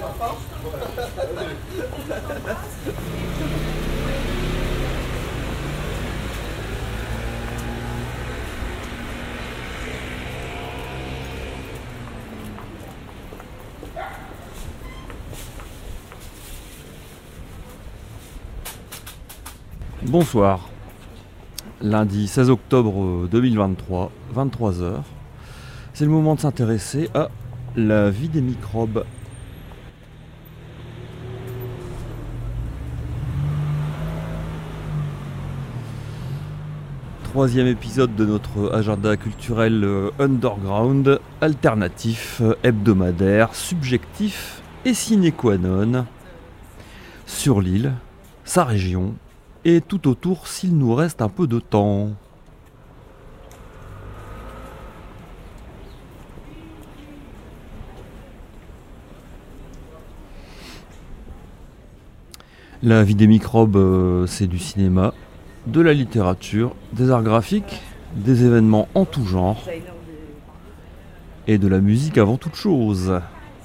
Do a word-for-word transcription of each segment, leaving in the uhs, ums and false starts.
Bonsoir, lundi seize octobre deux mille vingt-trois, vingt-trois heures, c'est le moment de s'intéresser à la vie des microbes. Troisième épisode de notre agenda culturel underground, alternatif, hebdomadaire, subjectif et sine qua non, sur l'île, sa région, et tout autour s'il nous reste un peu de temps. La vie des microbes, euh, c'est du cinéma, de la littérature, des arts graphiques, des événements en tout genre, et de la musique avant toute chose.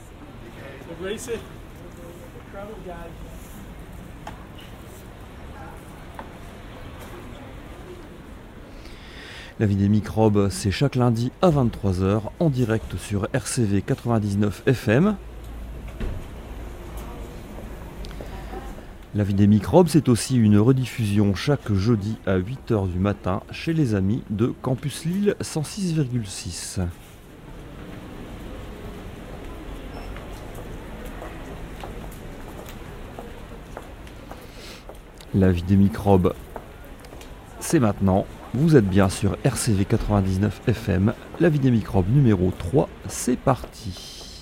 La vie des microbes, c'est chaque lundi à vingt-trois heures, en direct sur R C V quatre-vingt-dix-neuf F M. La vie des microbes, c'est aussi une rediffusion chaque jeudi à huit heures du matin chez les amis de Campus Lille cent six virgule six. La vie des microbes, c'est maintenant. Vous êtes bien sur R C V quatre-vingt-dix-neuf F M, la vie des microbes numéro trois, c'est parti.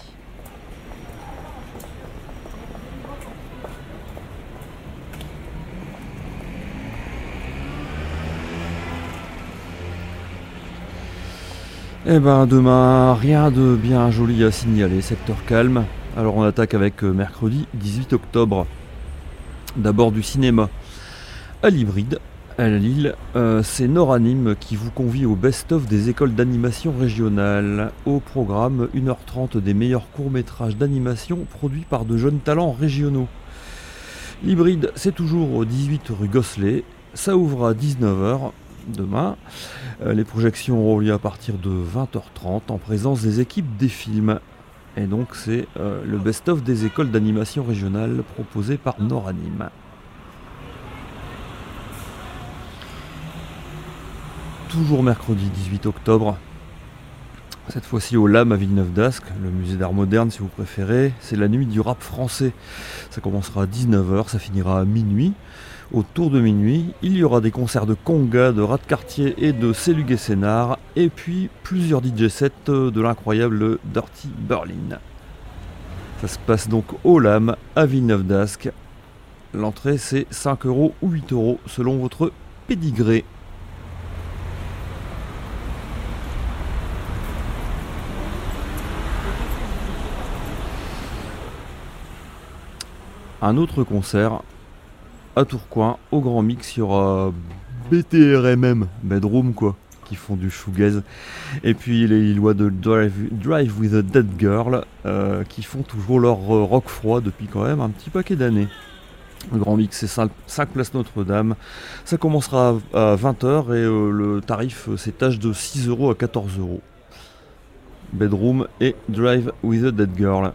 Eh ben demain, rien de bien joli à signaler, secteur calme. Alors on attaque avec mercredi dix-huit octobre. D'abord du cinéma à l'Hybride. À Lille, euh, c'est Noranime qui vous convie au best-of des écoles d'animation régionales. Au programme, une heure trente des meilleurs courts-métrages d'animation produits par de jeunes talents régionaux. L'Hybride, c'est toujours au dix-huit rue Gosselet. Ça ouvre à dix-neuf heures demain. Euh, les projections auront lieu à partir de vingt heures trente en présence des équipes des films. Et donc c'est euh, le best-of des écoles d'animation régionales proposé par Noranime. Toujours mercredi dix-huit octobre, cette fois-ci au L A M à Villeneuve-d'Ascq, le musée d'art moderne si vous préférez, c'est la nuit du rap français. Ça commencera à dix-neuf heures, ça finira à minuit. Autour de minuit, il y aura des concerts de conga, de Rat Cartier et de Célug et Sénard, et puis plusieurs D J sets de l'incroyable Dirty Berlin. Ça se passe donc au L A M à Villeneuve-d'Ascq. L'entrée c'est cinq euros ou huit euros selon votre pédigré. Un autre concert à Tourcoing, au Grand Mix, il y aura B T R M M, Bedroom quoi, qui font du shoegaze. Et puis les Lillois de Drive, Drive with a Dead Girl, euh, qui font toujours leur rock froid depuis quand même un petit paquet d'années. Le Grand Mix, c'est cinq places Notre-Dame. Ça commencera à vingt heures et euh, le tarif s'étage de six euros à quatorze euros. Bedroom et Drive with a Dead Girl.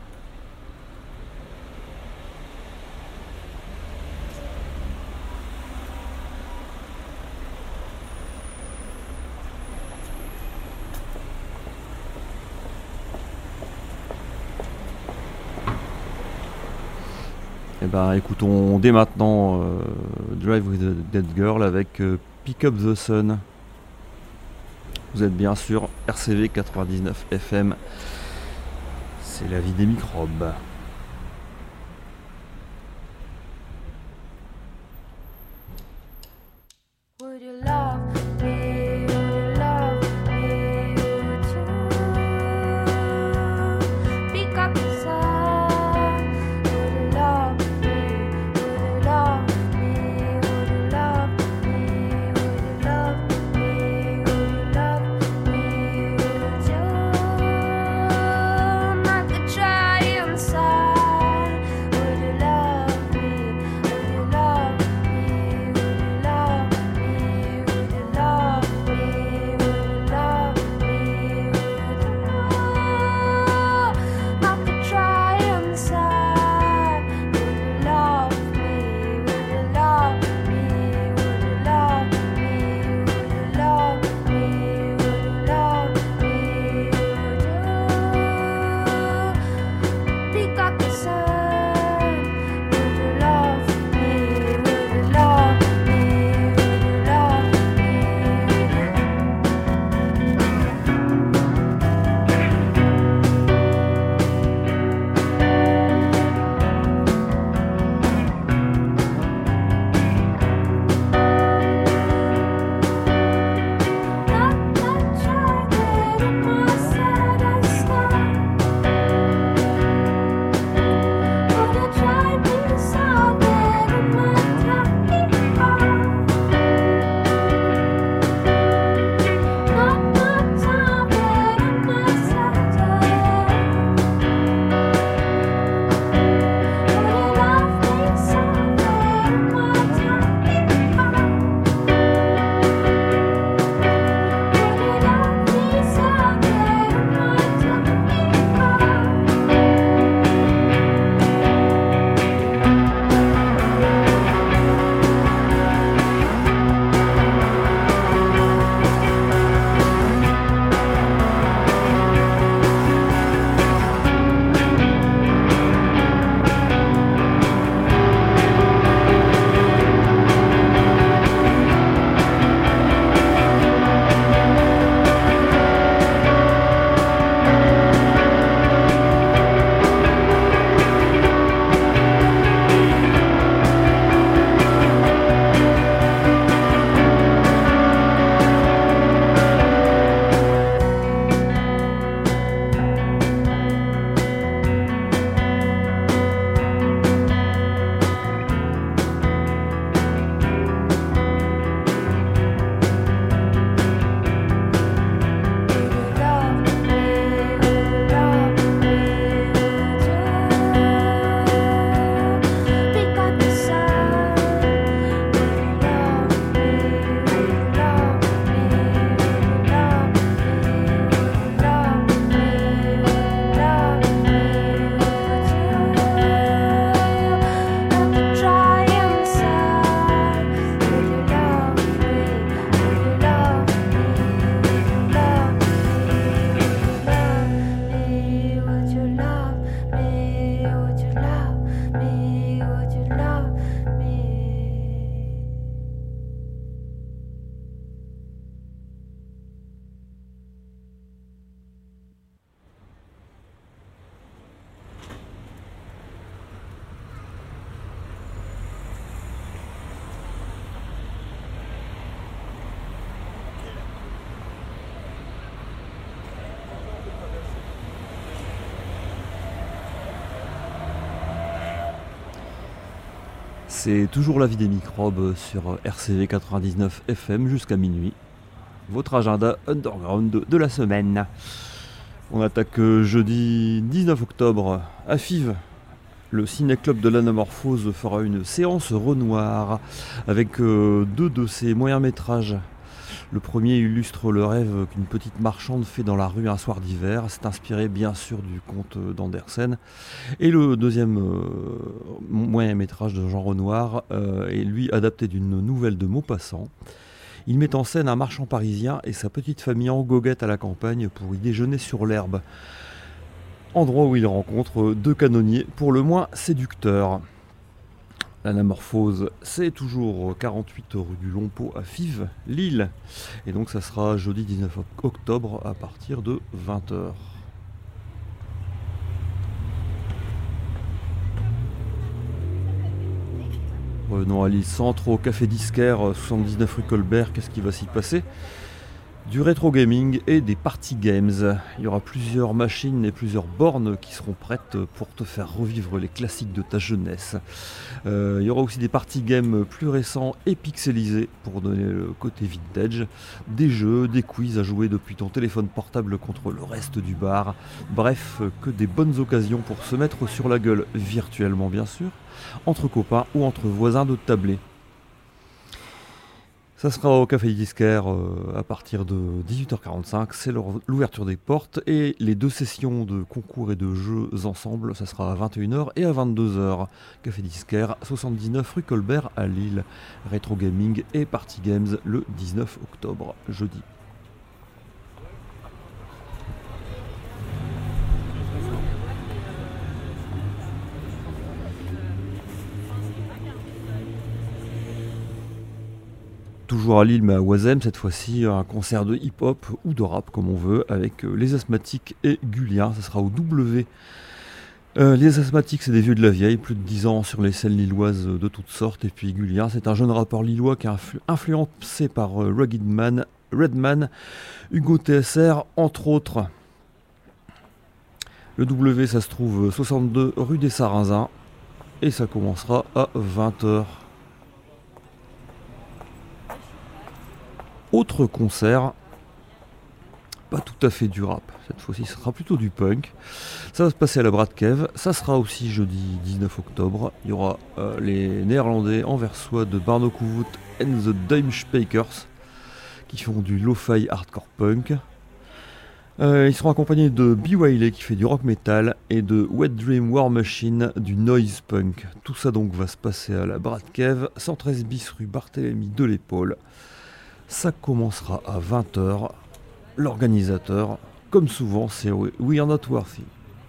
Eh ben écoutons dès maintenant euh, Drive with a Dead Girl avec euh, Pick Up the Sun. Vous êtes bien sûr R C V quatre-vingt-dix-neuf F M. C'est la vie des microbes. Try inside. C'est toujours la vie des microbes sur R C V quatre-vingt-dix-neuf F M jusqu'à minuit. Votre agenda underground de, de la semaine. On attaque jeudi dix-neuf octobre à Fives. Le Ciné-Club de l'Anamorphose fera une séance Renoir avec euh, deux de ses moyens métrages. Le premier illustre le rêve qu'une petite marchande fait dans la rue un soir d'hiver. C'est inspiré bien sûr du conte d'Andersen. Et le deuxième euh, moyen métrage de Jean Renoir euh, est lui adapté d'une nouvelle de Maupassant. Il met en scène un marchand parisien et sa petite famille en goguette à la campagne pour y déjeuner sur l'herbe. Endroit où il rencontre deux canonniers pour le moins séducteurs. L'Anamorphose, c'est toujours quarante-huit rue du Longpot à Fives, Lille. Et donc ça sera jeudi dix-neuf octobre à partir de vingt heures. Revenons à Lille Centre, au Café Disquaire, soixante-dix-neuf rue Colbert. Qu'est-ce qui va s'y passer ? Du rétro gaming et des party games. Il y aura plusieurs machines et plusieurs bornes qui seront prêtes pour te faire revivre les classiques de ta jeunesse. Euh, il y aura aussi des party games plus récents et pixelisés pour donner le côté vintage. Des jeux, des quiz à jouer depuis ton téléphone portable contre le reste du bar. Bref, que des bonnes occasions pour se mettre sur la gueule, virtuellement bien sûr, entre copains ou entre voisins de tablé. Ça sera au Café Disquaire euh, à partir de dix-huit heures quarante-cinq, c'est l'ouverture des portes et les deux sessions de concours et de jeux ensemble, ça sera à vingt et une heures et à vingt-deux heures. Café Disquaire, soixante-dix-neuf rue Colbert à Lille. Retro Gaming et Party Games le dix-neuf octobre, jeudi. Toujours à Lille mais à Oisem, cette fois-ci un concert de hip-hop ou de rap comme on veut avec euh, les Asthmatiques et Gulliard, ça sera au W. Euh, les Asthmatiques c'est des vieux de la vieille, plus de dix ans sur les scènes lilloises de toutes sortes, et puis Gulliard c'est un jeune rappeur lillois qui est influ- influencé par euh, Rugged Man, Redman, Hugo T S R entre autres. Le W ça se trouve soixante-deux rue des Sarrazins et ça commencera à vingt heures. Autre concert, pas tout à fait du rap, cette fois-ci ce sera plutôt du punk. Ça va se passer à la Bradkev, ça sera aussi jeudi dix-neuf octobre. Il y aura euh, les Néerlandais anversois de Barnekoevoet and the Duimspijkers qui font du lo-fi hardcore punk. Euh, ils seront accompagnés de B. Wiley qui fait du rock metal et de Wet Dream War Machine du noise punk. Tout ça donc va se passer à la Bradkev, cent treize bis rue Barthélemy de l'Épaule. Ça commencera à vingt heures. L'organisateur, comme souvent, c'est We Are Not Worthy.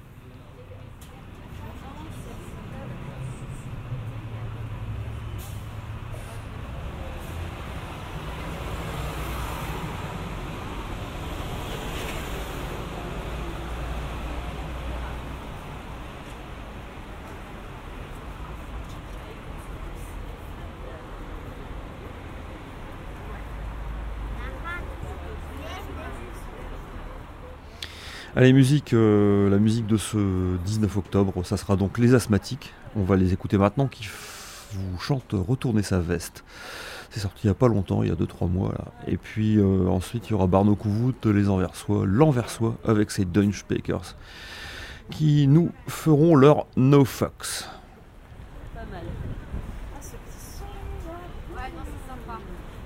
Allez, musique, euh, la musique de ce dix-neuf octobre, ça sera donc les Asthmatiques. On va les écouter maintenant qui f- vous chantent Retourner sa veste. C'est sorti il n'y a pas longtemps, il y a deux trois mois là. Et puis euh, ensuite il y aura Barnekoevoet, les Anversois, l'Anversois avec ses Duimspijkers qui nous feront leur No Fucks. Pas mal. Ah, ce petit son là. Ouais, non, c'est sympa.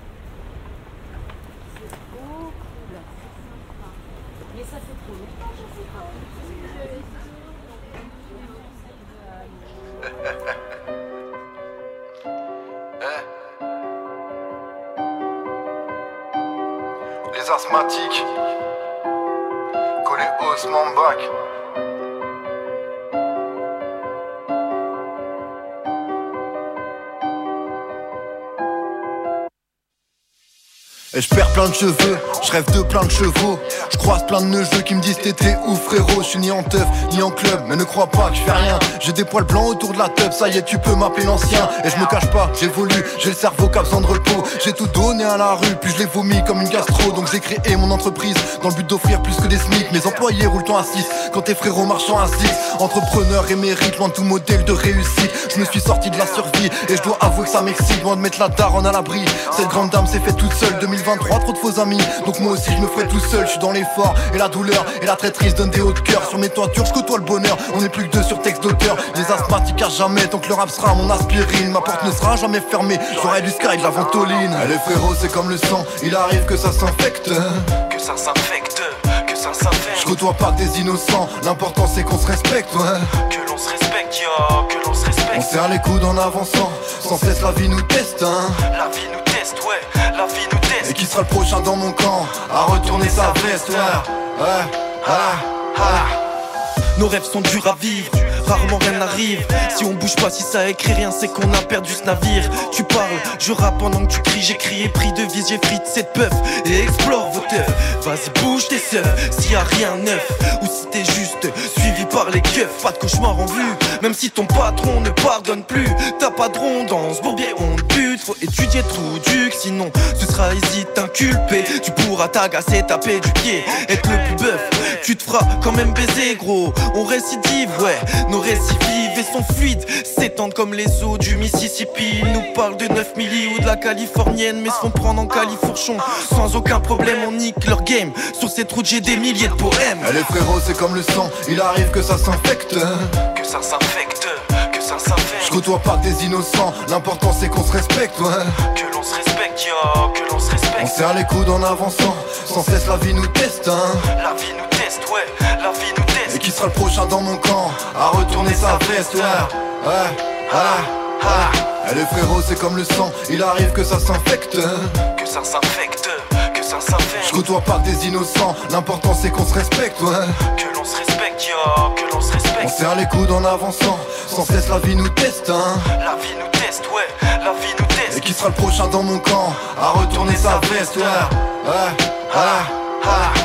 C'est trop cool. Mais ça fait trop longtemps, je sais pas. Les asthmatiques, collés Osman Back. Et je perds plein de cheveux, je rêve de plein de chevaux. Je croise plein de neveux qui me disent t'étais ouf frérot. Je suis ni en teuf, ni en club, mais ne crois pas que je fais rien. J'ai des poils blancs autour de la teub, ça y est tu peux m'appeler l'ancien. Et je me cache pas, j'évolue, j'ai le cerveau qui a besoin de repos. J'ai tout donné à la rue, puis je l'ai vomi comme une gastro. Donc j'ai créé mon entreprise, dans le but d'offrir plus que des SMIC. Mes employés roulent ton à six, quand tes frérots marchant à six. Entrepreneur émérite, loin de tout modèle de réussite. Je me suis sorti de la survie, et je dois avouer que ça m'excite. Loin de mettre la daronne à l'abri, cette grande dame s'est faite toute seule. deux mille vingt-trois, trop de faux amis, donc moi aussi je me ferai tout seul. Je suis dans l'effort et la douleur et la traîtrise donnent des hauts de cœur. Sur mes toitures, je côtoie le bonheur, on est plus que deux sur texte d'auteur. Les asthmatiques à jamais, tant que le rap sera mon aspirine. Ma porte ne sera jamais fermée, j'aurai du sky, de la ventoline. Eh les frérots c'est comme le sang, il arrive que ça s'infecte. Que ça s'infecte, que ça s'infecte. Je côtoie pas des innocents, l'important c'est qu'on se respecte, ouais. Que l'on se respecte, yo, que l'on se respecte. On serre les coudes en avançant, sans cesse la vie nous teste, hein. La vie nous teste, ouais, la vie nous teste. Et qui sera le prochain dans mon camp, à retourner sa veste, ouais. Ouais, ah, ah. Nos rêves sont durs à vivre, rarement rien n'arrive. Si on bouge pas, si ça écrit rien, c'est qu'on a perdu ce navire. Tu parles, je rappe pendant que tu cries. J'écris et pris de vis, j'ai frite cette puff et explore vos teufs. Vas-y bouge tes seufs, s'il y a rien neuf. Ou si t'es juste suivi par les keufs. Pas de cauchemar en vue, même si ton patron ne pardonne plus. T'as pas de rond dans ce bourbier, on bute. Faut étudier trou duc, sinon tu seras ici inculpé. Tu pourras t'agacer, taper du pied, être le plus bœuf. Tu te feras quand même baiser gros. On récidive, ouais, nos récidives et sont fluides, s'étendent comme les eaux du Mississippi. Ils nous parlent de neuf milli ou de la californienne, mais se font prendre en califourchon. Sans aucun problème, on nique leur game. Sur cette route, j'ai des milliers de poèmes. Eh les frérots, c'est comme le sang, il arrive que ça s'infecte. Que ça s'infecte, que ça s'infecte. Je côtoie pas des innocents, l'important c'est qu'on se respecte, ouais. Que l'on se respecte, yo, que l'on se respecte. On serre les coudes en avançant, sans cesse la vie nous teste, hein. La vie nous teste, ouais, la vie nous teste. Et qui sera le prochain dans mon camp, à retourner sa veste, ouais. Ouais, ah, ah. Eh les frérots, c'est comme le sang, il arrive que ça s'infecte. Que ça s'infecte, que ça s'infecte. Je côtoie pas des innocents, l'important c'est qu'on se respecte, ouais. Que l'on se respecte, yo, que l'on se respecte. On serre les coudes en avançant, sans cesse la vie nous teste, hein. La vie nous teste, ouais, la vie nous teste. Et qui sera le prochain dans mon camp, à retourner sa veste, ouais. Ouais, ah, ah.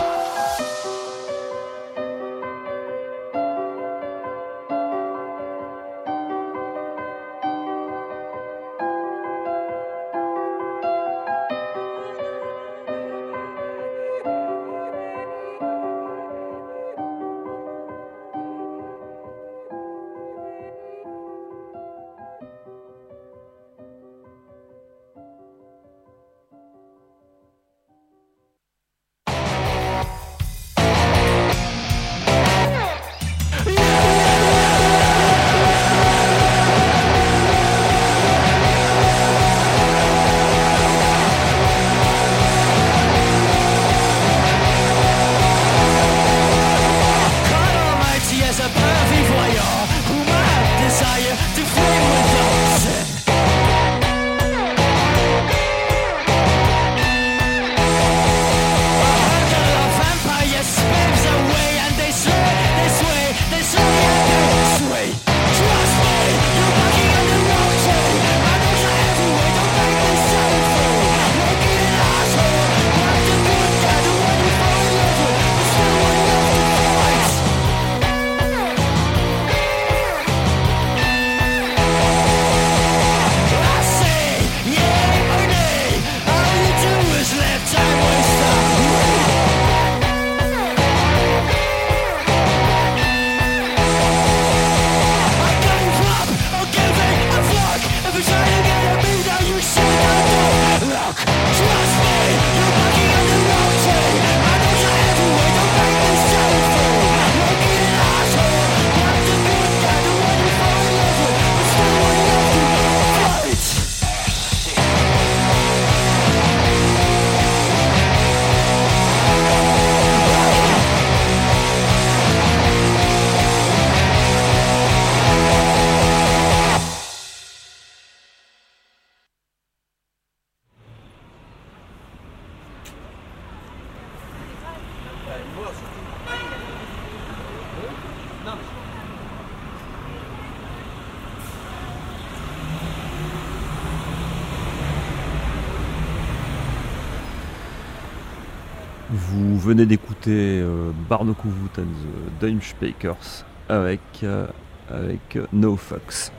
Vous venez d'écouter euh, Barnacle Wood and the Dimespakers avec, euh, avec euh, No Fucks.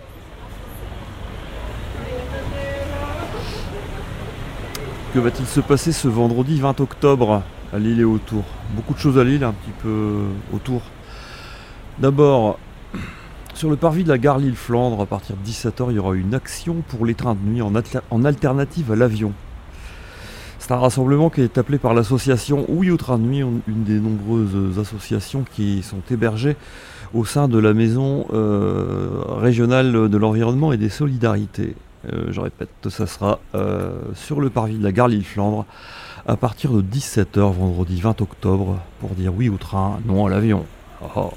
Que va-t-il se passer ce vendredi vingt octobre à Lille et autour? Beaucoup de choses à Lille, un petit peu autour. D'abord, sur le parvis de la gare Lille-Flandre, à partir de dix-sept heures, il y aura une action pour les trains de nuit en, atla- en alternative à l'avion. C'est un rassemblement qui est appelé par l'association Oui au train de nuit, une des nombreuses associations qui sont hébergées au sein de la maison euh, régionale de l'environnement et des solidarités. Euh, je répète, ça sera euh, sur le parvis de la gare Lille-Flandre à partir de dix-sept heures vendredi vingt octobre pour dire oui au train, non à l'avion. Oh oh.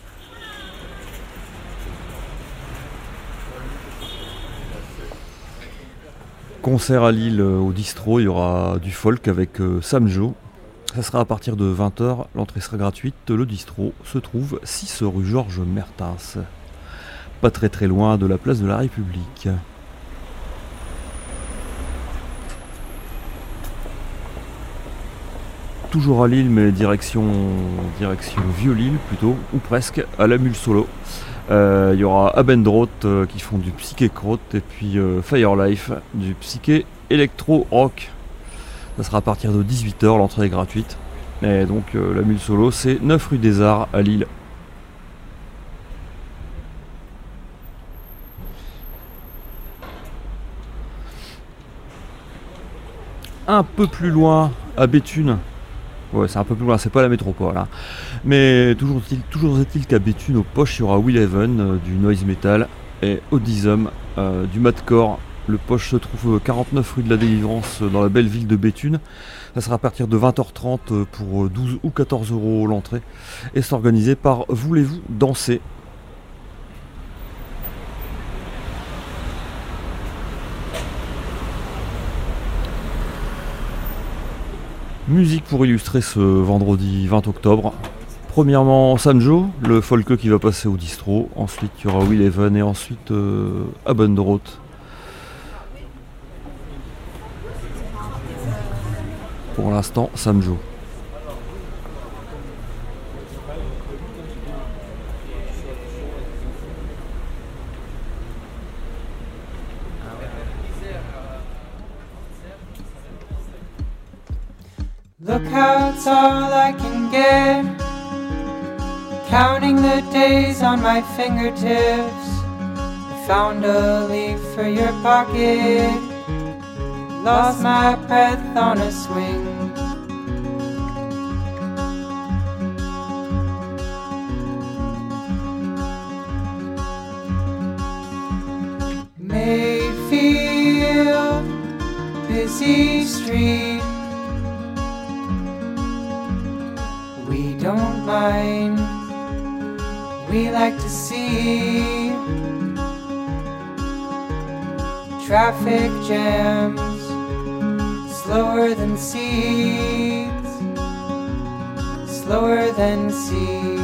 Concert à Lille euh, au Distro, il y aura du folk avec euh, Samjo. Ça sera à partir de vingt heures, l'entrée sera gratuite. Le Distro se trouve six rue Georges Mertens, pas très très loin de la place de la République. Toujours à Lille, mais direction, direction Vieux-Lille plutôt, ou presque, à la Mule Solo. Il euh, y aura Abendroth euh, qui font du psyché Kraut et puis euh, Firelife du psyché électro rock. Ça sera à partir de dix-huit heures, l'entrée est gratuite. Et donc euh, la Mule Solo, c'est neuf rue des Arts à Lille. Un peu plus loin, à Béthune. Ouais, c'est un peu plus loin, c'est pas la métropole, hein. Mais toujours est-il, toujours est-il qu'à Béthune, aux poches, il y aura Will Heaven, euh, du noise metal, et Audism, euh, du madcore. Le poche se trouve quarante-neuf rue de la Délivrance, euh, dans la belle ville de Béthune. Ça sera à partir de vingt heures trente euh, pour douze ou quatorze euros l'entrée. Et c'est organisé par Voulez-vous danser? Musique pour illustrer ce vendredi vingt octobre. Premièrement Samjo, le folk qui va passer au Distro. Ensuite il y aura Will Heaven et ensuite euh, Abendroth. Pour l'instant Samjo. Look how it's all I can get, counting the days on my fingertips. I found a leaf for your pocket, lost my breath on a swing. Mayfield, busy street. We don't mind, we like to see traffic jams, slower than seeds, slower than seeds.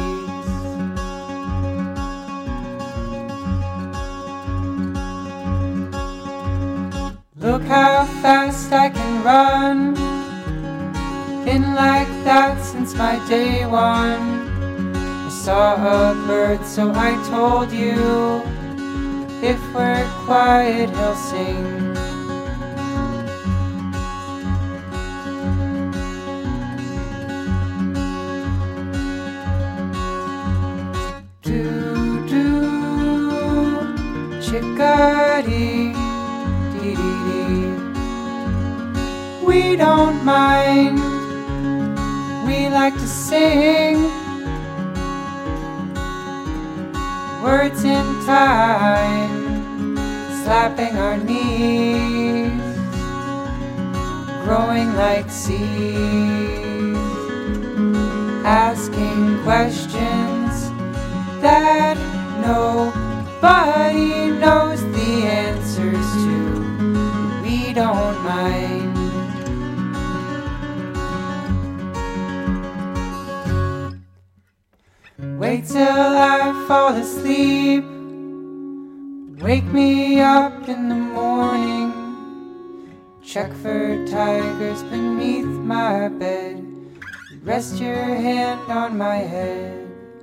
Look how fast I can run, been like that since my day one. I saw a bird so I told you, if we're quiet he'll sing. Do do chickadee dee dee dee. We don't mind, we like to sing words in time, slapping our knees, growing like seeds, asking questions that nobody knows the answers to. We don't mind. Wait till I fall asleep, wake me up in the morning, check for tigers beneath my bed, rest your hand on my head.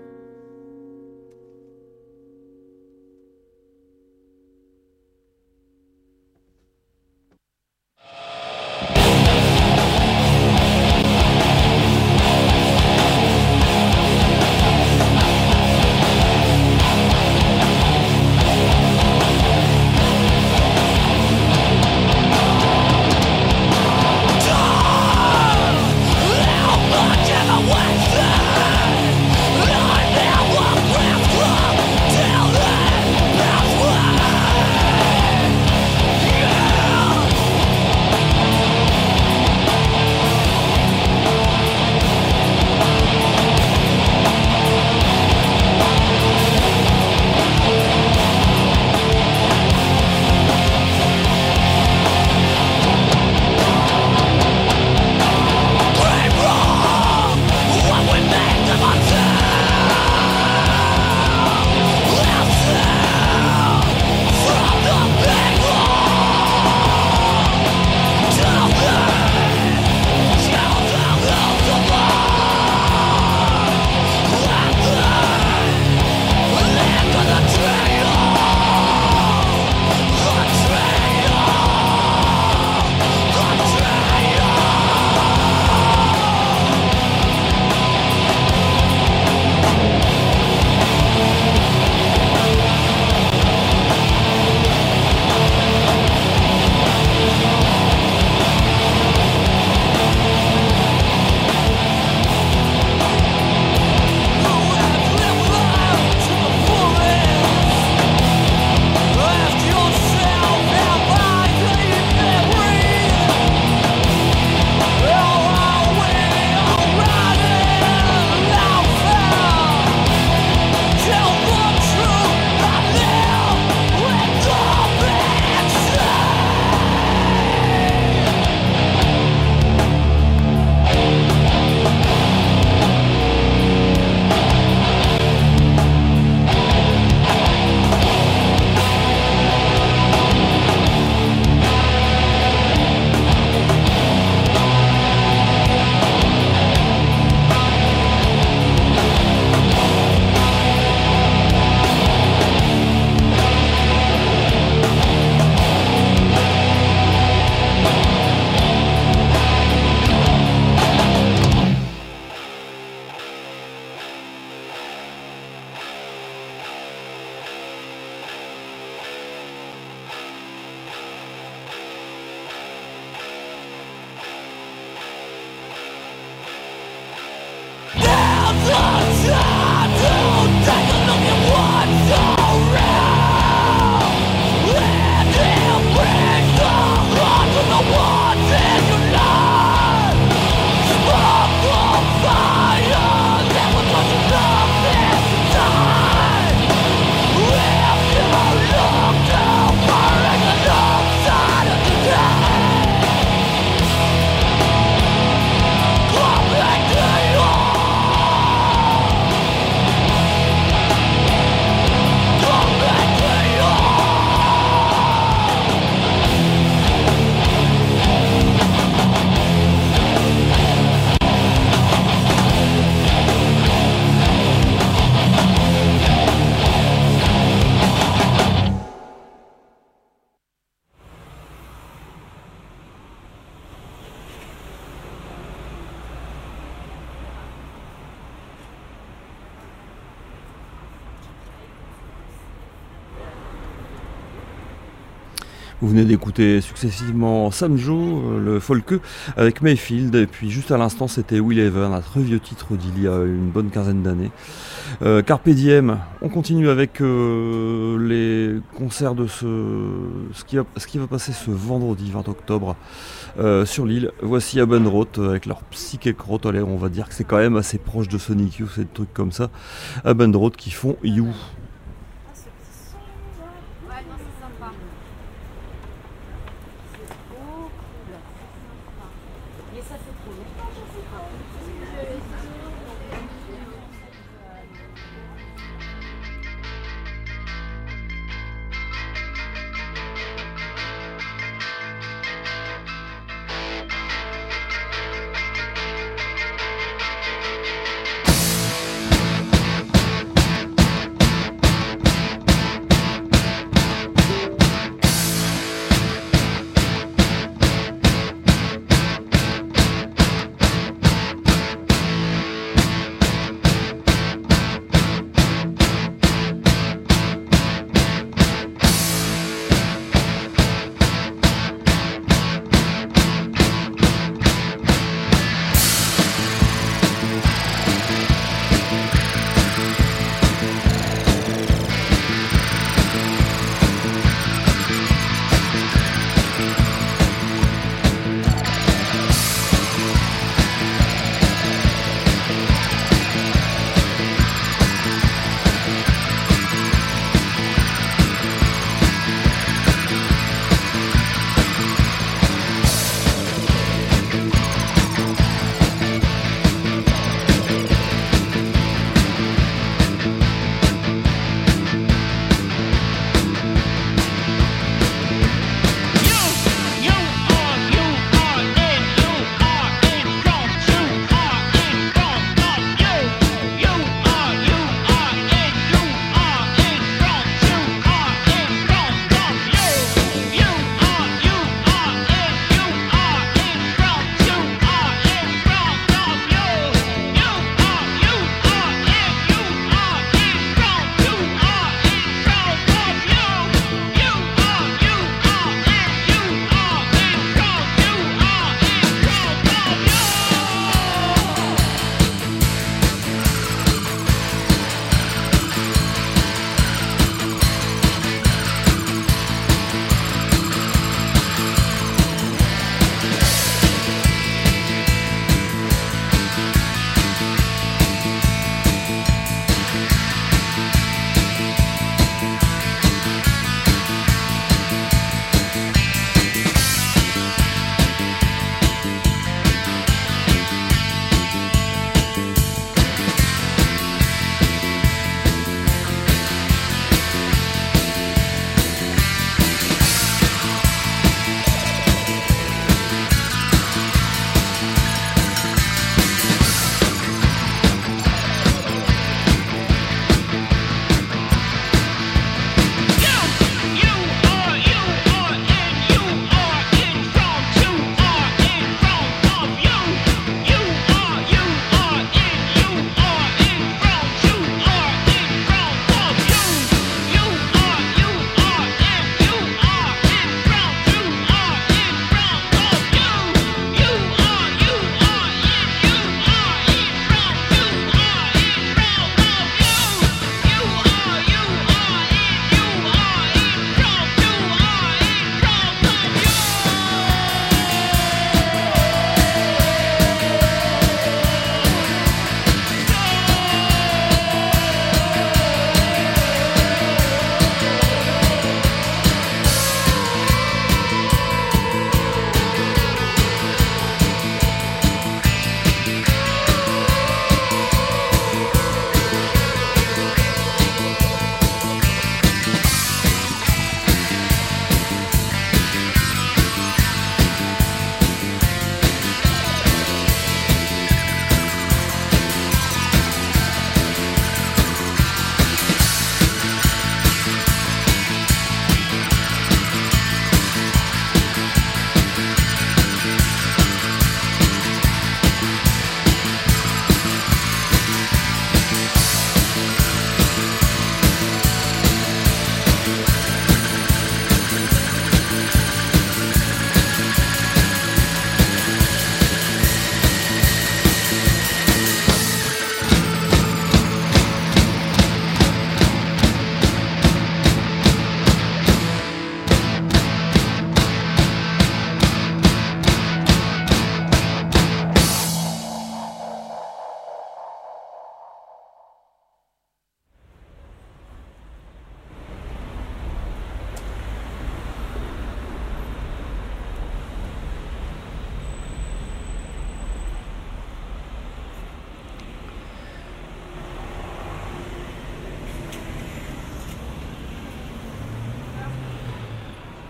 Vous venez d'écouter successivement Sam Joe, le folkeux, avec Mayfield, et puis juste à l'instant c'était Will Even, un très vieux titre d'il y a une bonne quinzaine d'années. Euh, Carpe Diem, on continue avec euh, les concerts de ce, ce, qui va, ce qui va passer ce vendredi vingt octobre euh, sur l'île. Voici Abendroth avec leur Psychic Roth, allez, on va dire que c'est quand même assez proche de Sonic Youth et de trucs comme ça. Abendroth qui font You.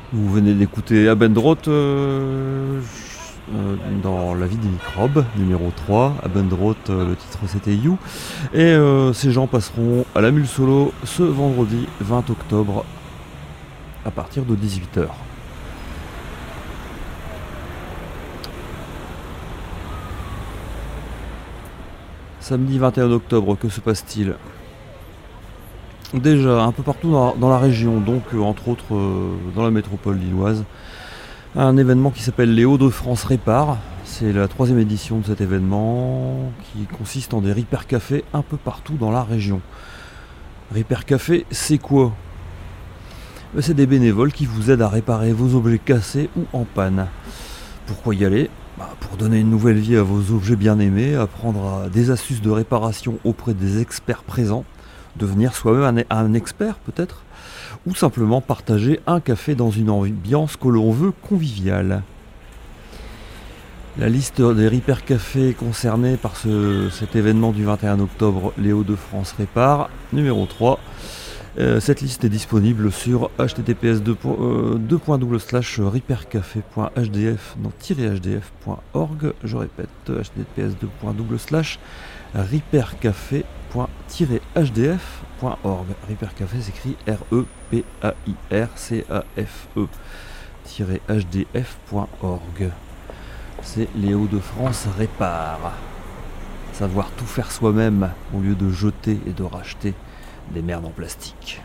Vous venez d'écouter Abendroth euh, euh, dans La vie des microbes, numéro trois. Abendroth, euh, le titre c'était You. Et euh, ces gens passeront à la Mule Solo ce vendredi vingt octobre à partir de dix-huit heures. Samedi vingt et un octobre, que se passe-t-il ? Déjà, un peu partout dans la, dans la région, donc euh, entre autres euh, dans la métropole lilloise, un événement qui s'appelle les Hauts-de-France Répare. C'est la troisième édition de cet événement qui consiste en des Repair Cafés un peu partout dans la région. Repair Café, c'est quoi ? C'est des bénévoles qui vous aident à réparer vos objets cassés ou en panne. Pourquoi y aller ? Bah, pour donner une nouvelle vie à vos objets bien aimés, apprendre des astuces de réparation auprès des experts présents, devenir soi-même un, un expert peut-être, ou simplement partager un café dans une ambiance que l'on veut conviviale. La liste des Repair Cafés concernés par ce, cet événement du vingt et un octobre, les Hauts-de-France Répare, numéro trois. Euh, cette liste est disponible sur h t t p s deux point double slash repaircafé point h d f dans tiret h d f point org. Je répète, h t t p s deux point double slash repaircafé point h d f point org. Repair Café s'écrit R E P A I R C A F E h d f point org. C'est les Hauts-de-France Répare. Savoir tout faire soi-même au lieu de jeter et de racheter des merdes en plastique.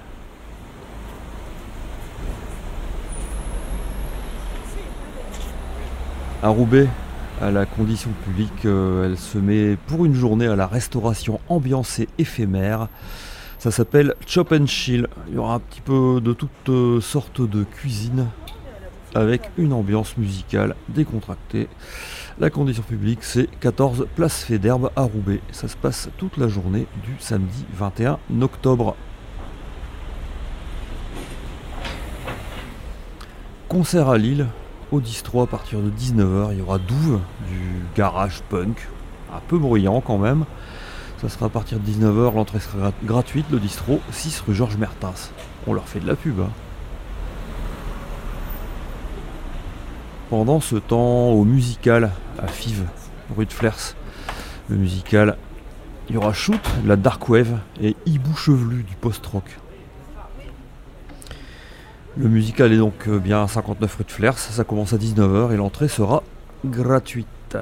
À Roubaix, à la condition publique, euh, elle se met pour une journée à la restauration ambiancée éphémère. Ça s'appelle Chop and Chill. Il y aura un petit peu de toutes sortes de cuisine avec une ambiance musicale décontractée. La condition publique, c'est quatorze place Fédherbe à Roubaix. Ça se passe toute la journée du samedi vingt et un octobre. Concert à Lille, au dix trois à partir de dix-neuf heures. Il y aura Douve, du garage punk, un peu bruyant quand même. Ça sera à partir de dix-neuf heures, l'entrée sera gratuite, le distro, six rue Georges Mertens. On leur fait de la pub, hein. Pendant ce temps, au musical, à Fives, rue de Flers, le musical, il y aura Shoot, de la Dark Wave, et Hibou Chevelu, du post-rock. Le musical est donc bien à cinquante-neuf rue de Flers, ça commence à dix-neuf heures et l'entrée sera gratuite.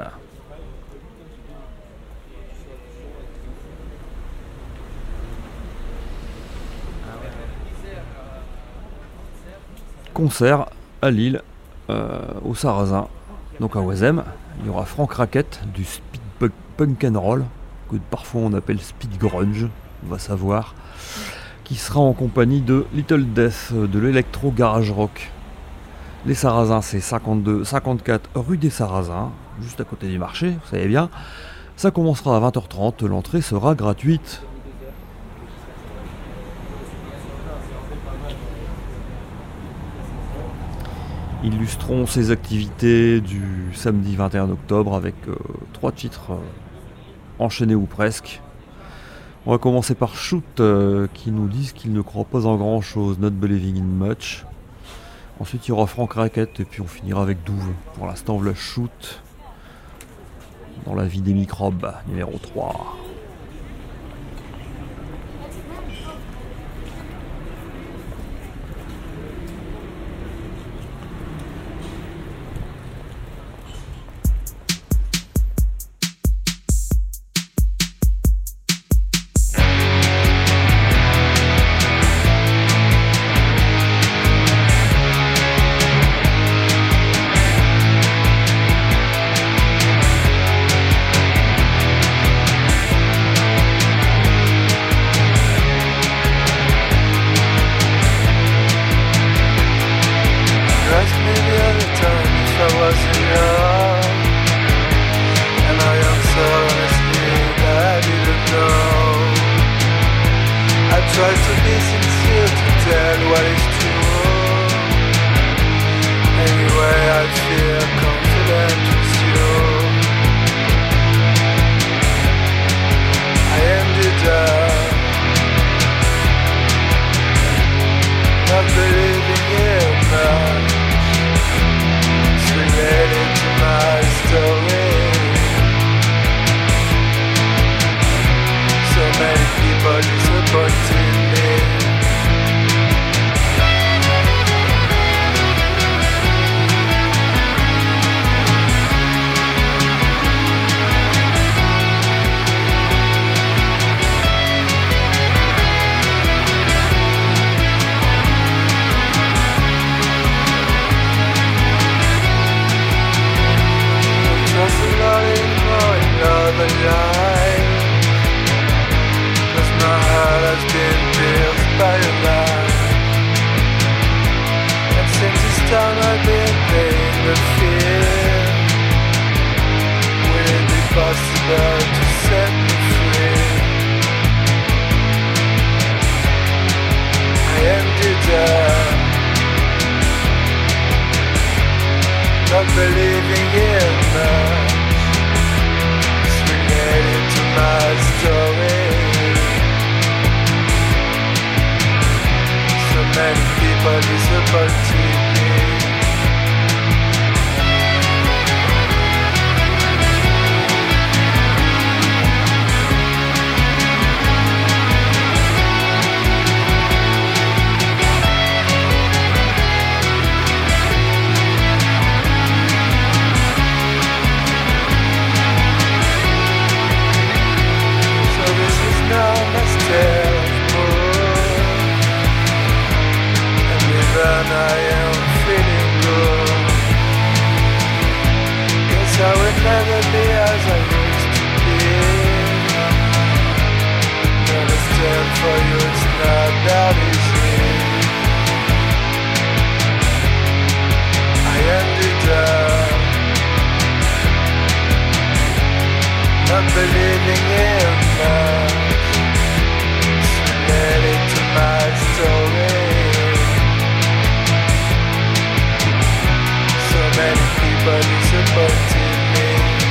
Concert à Lille, euh, au Sarrazin, donc à Oisem. Il y aura Franck Raquette du speed punk and roll, que parfois on appelle speed grunge, on va savoir, qui sera en compagnie de Little Death, de l'électro garage rock. Les Sarrazins, c'est cinquante-deux cinquante-quatre rue des Sarrazins, juste à côté du marché, vous savez bien. Ça commencera à vingt heures trente, l'entrée sera gratuite. Illustrons ces activités du samedi vingt et un octobre avec euh, trois titres euh, enchaînés ou presque. On va commencer par Shoot euh, qui nous disent qu'ils ne croient pas en grand chose, Not Believing in Much. Ensuite il y aura Franck Raquette et puis on finira avec Douve. Pour l'instant on la Shoot dans La vie des microbes, numéro trois. not believing in much. It's related to my story. So many people disappointed me. And I am feeling good. Guess I would never be as I used to be. Understand for you it's not that easy. I ended up not believing in much. It's related to my story. Many people disappointed me.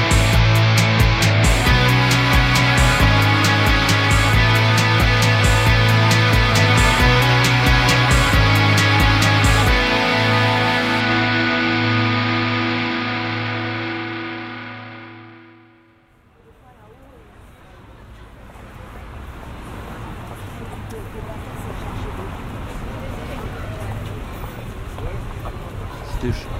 C'était ch-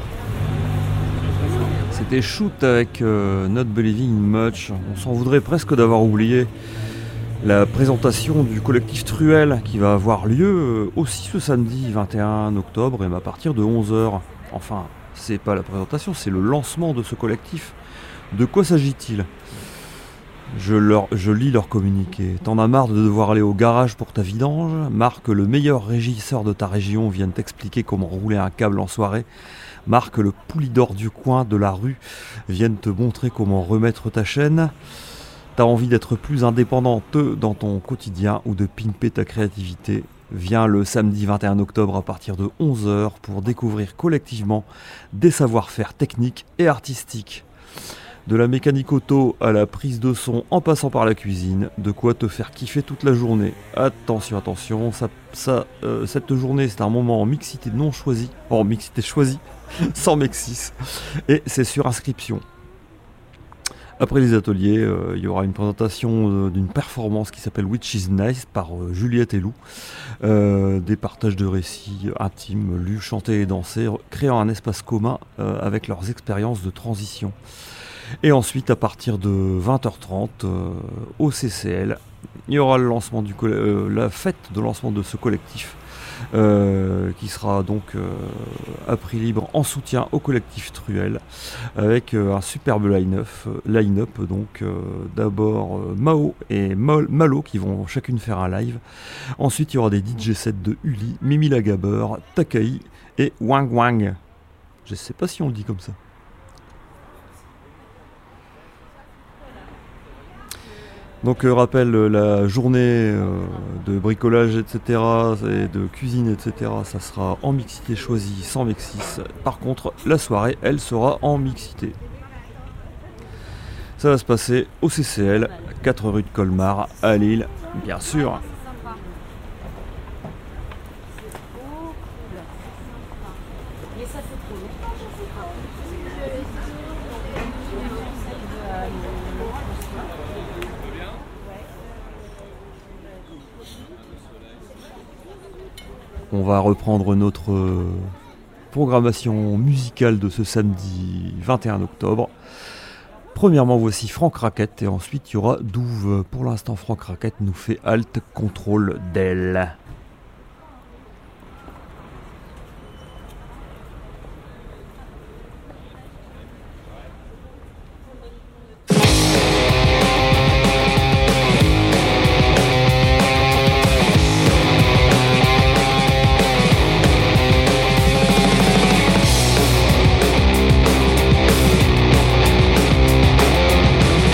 C'était Shoot avec euh, Not Believing Much. On s'en voudrait presque d'avoir oublié la présentation du collectif Truel qui va avoir lieu euh, aussi ce samedi vingt et un octobre et à partir de onze heures. Enfin, c'est pas la présentation, c'est le lancement de ce collectif. De quoi s'agit-il ? Je, leur, je lis leur communiqué. T'en as marre de devoir aller au garage pour ta vidange ? Marre que le meilleur régisseur de ta région vienne t'expliquer comment rouler un câble en soirée ? Marre que le poulidor du coin de la rue vienne te montrer comment remettre ta chaîne ? T'as envie d'être plus indépendante dans ton quotidien ou de pimper ta créativité ? Viens le samedi vingt et un octobre à partir de onze heures pour découvrir collectivement des savoir-faire techniques et artistiques. De la mécanique auto à la prise de son en passant par la cuisine, de quoi te faire kiffer toute la journée. Attention, attention, ça, ça, euh, cette journée c'est un moment en mixité non choisie, en mixité choisie, sans Mexis, et c'est sur inscription. Après les ateliers, euh, il y aura une présentation euh, d'une performance qui s'appelle Which is Nice par euh, Juliette et Lou. Euh, des partages de récits intimes, lus, chantés et dansés, créant un espace commun euh, avec leurs expériences de transition. Et ensuite, à partir de vingt heures trente, euh, au C C L, il y aura le lancement du coll- euh, la fête de lancement de ce collectif, euh, qui sera donc euh, à prix libre en soutien au collectif Truel, avec euh, un superbe line-up, line-up donc euh, d'abord euh, Mao et Mal- Malo qui vont chacune faire un live. Ensuite, il y aura des D J sets de Uli, Mimi Lagaber, Takai et Wang Wang. Je sais pas si on le dit comme ça. Donc euh, rappelle euh, la journée euh, de bricolage, et cetera, et de cuisine, et cetera, ça sera en mixité choisie, sans Mexis. Par contre, la soirée, elle sera en mixité. Ça va se passer au C C L, quatre rue de Colmar, à Lille, bien sûr. On va reprendre notre euh, programmation musicale de ce samedi vingt et un octobre. Premièrement, voici Franck Raquette et ensuite il y aura Douve. Pour l'instant, Franck Raquette nous fait Alt Contrôle d'elle.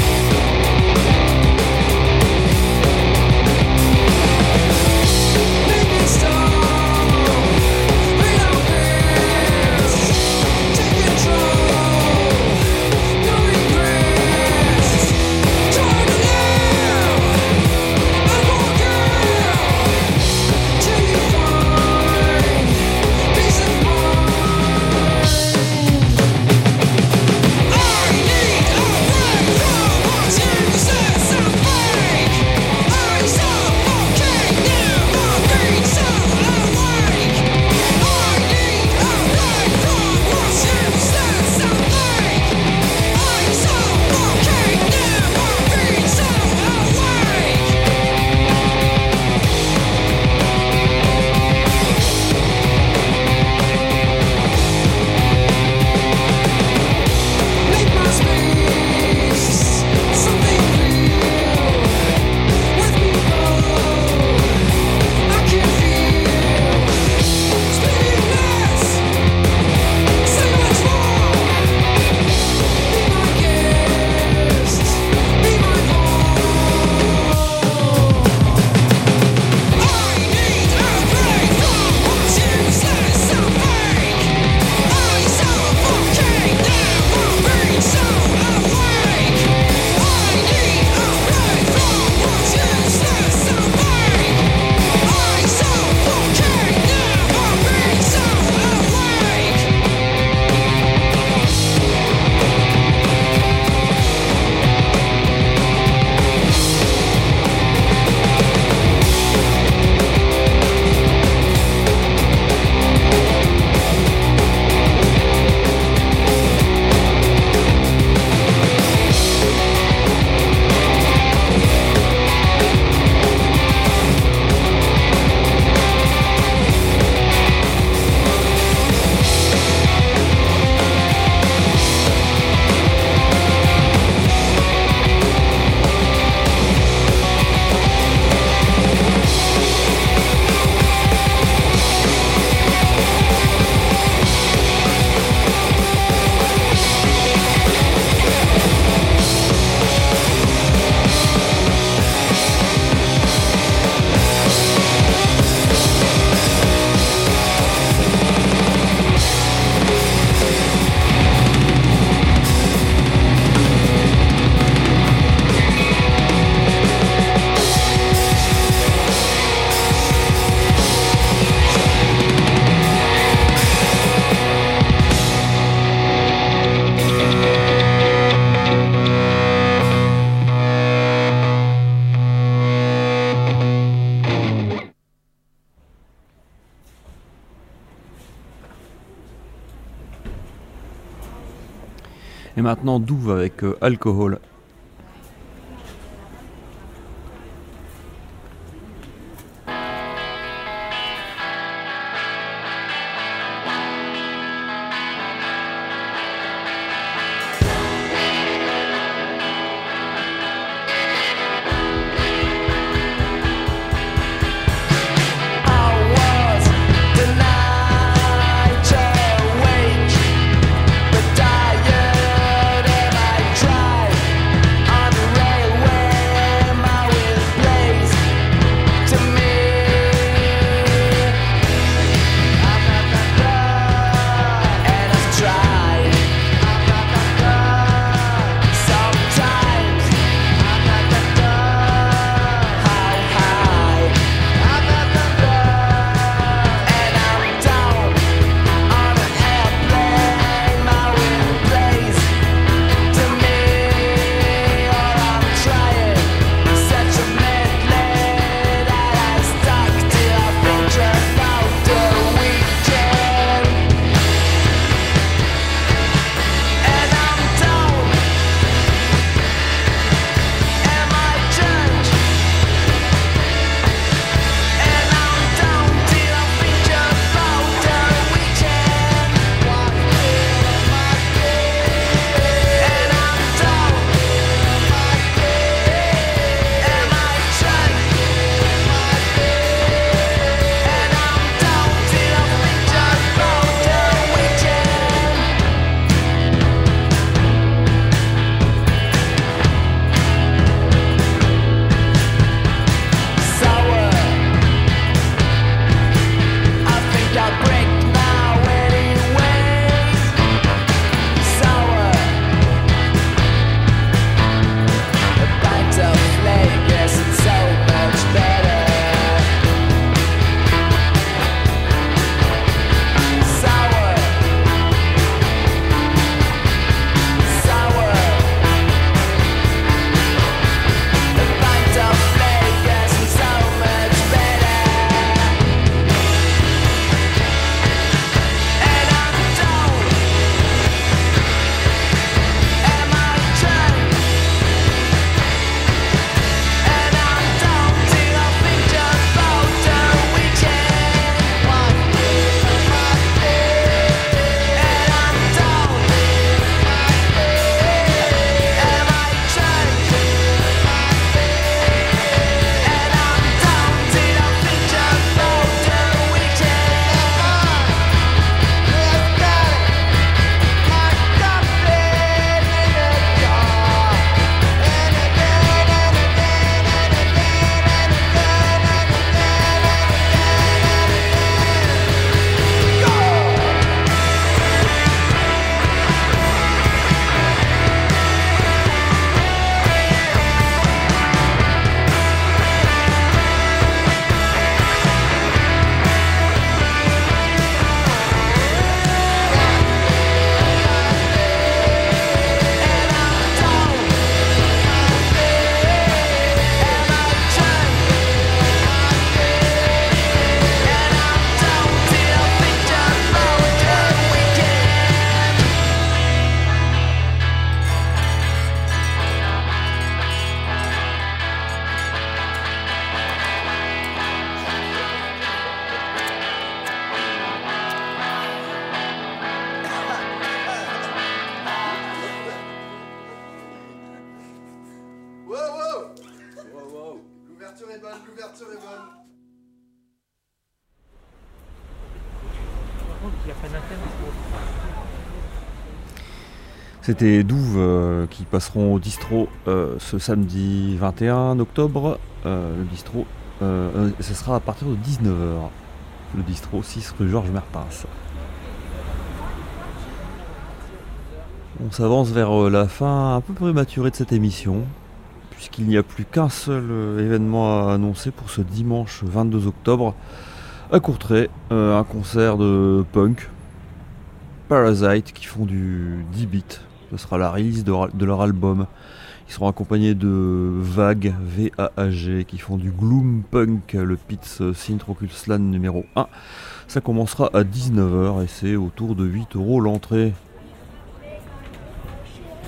We'll be right back. Et maintenant Douve avec euh, Alcohol. C'était Douve euh, qui passeront au distro euh, ce samedi vingt et un octobre. Euh, le distro, euh, ce sera à partir de dix-neuf heures. Le distro six rue Georges Mertens. On s'avance vers euh, la fin un peu prématurée de cette émission, puisqu'il n'y a plus qu'un seul euh, événement à annoncer pour ce dimanche vingt-deux octobre à Courtrai, euh, un concert de punk, Parasite, qui font du dix bits. Ce sera la release de, de leur album. Ils seront accompagnés de Vague, V A A G, qui font du gloom punk, le Pitts Synthroculslan numéro un. Ça commencera à dix-neuf heures et c'est autour de huit euros l'entrée.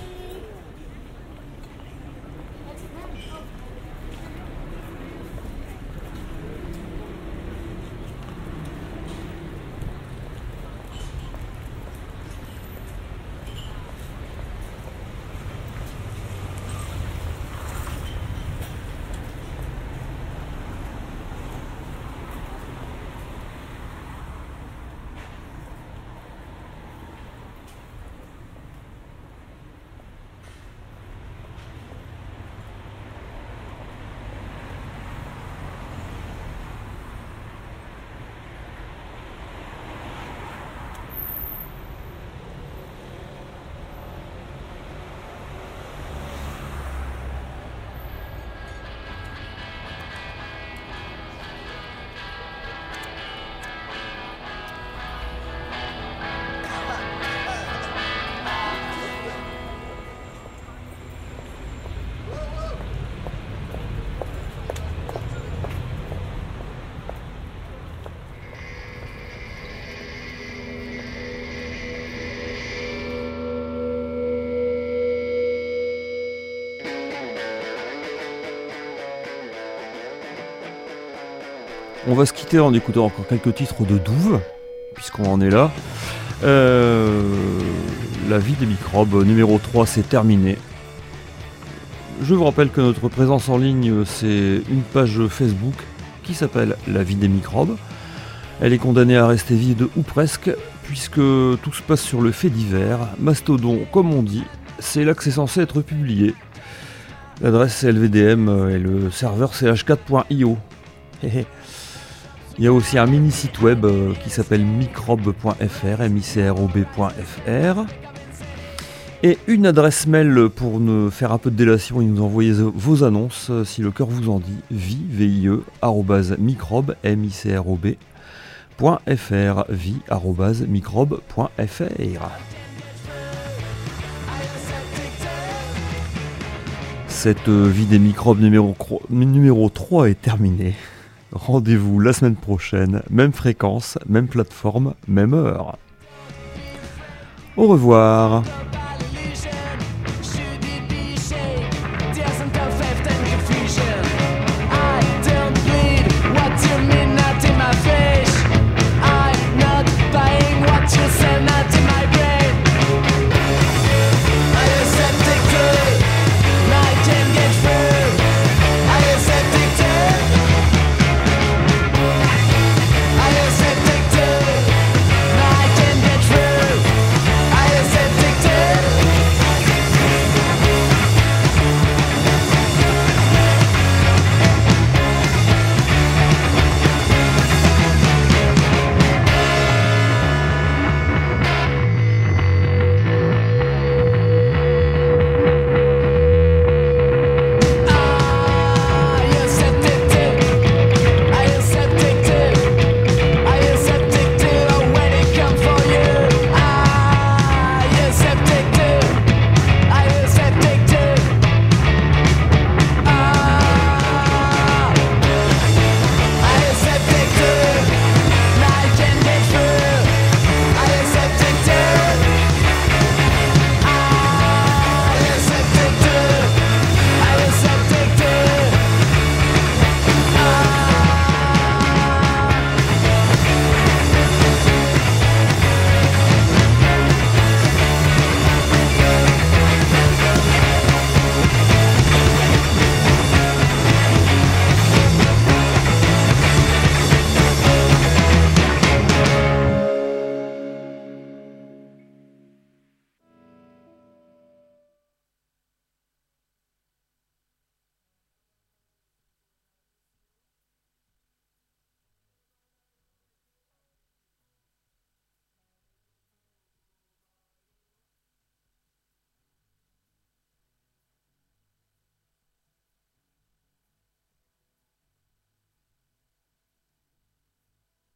On va se quitter en écoutant encore quelques titres de Douve, puisqu'on en est là. Euh, la vie des microbes, numéro trois, c'est terminé. Je vous rappelle que notre présence en ligne, c'est une page Facebook qui s'appelle La vie des microbes. Elle est condamnée à rester vide ou presque, puisque tout se passe sur le fait divers. Mastodon, comme on dit, c'est là que c'est censé être publié. L'adresse c'est L V D M et le serveur c'est h quatre point i o. Il y a aussi un mini site web qui s'appelle microbe point f r, m i c r o b point f r. Et une adresse mail pour nous faire un peu de délation et nous envoyer vos annonces, si le cœur vous en dit, vie, v i e, arrobase microbe, m i c r o b point f r, vie, arrobase microbe point f r. Cette vie des microbes numéro, numéro trois est terminée. Rendez-vous la semaine prochaine, même fréquence, même plateforme, même heure. Au revoir.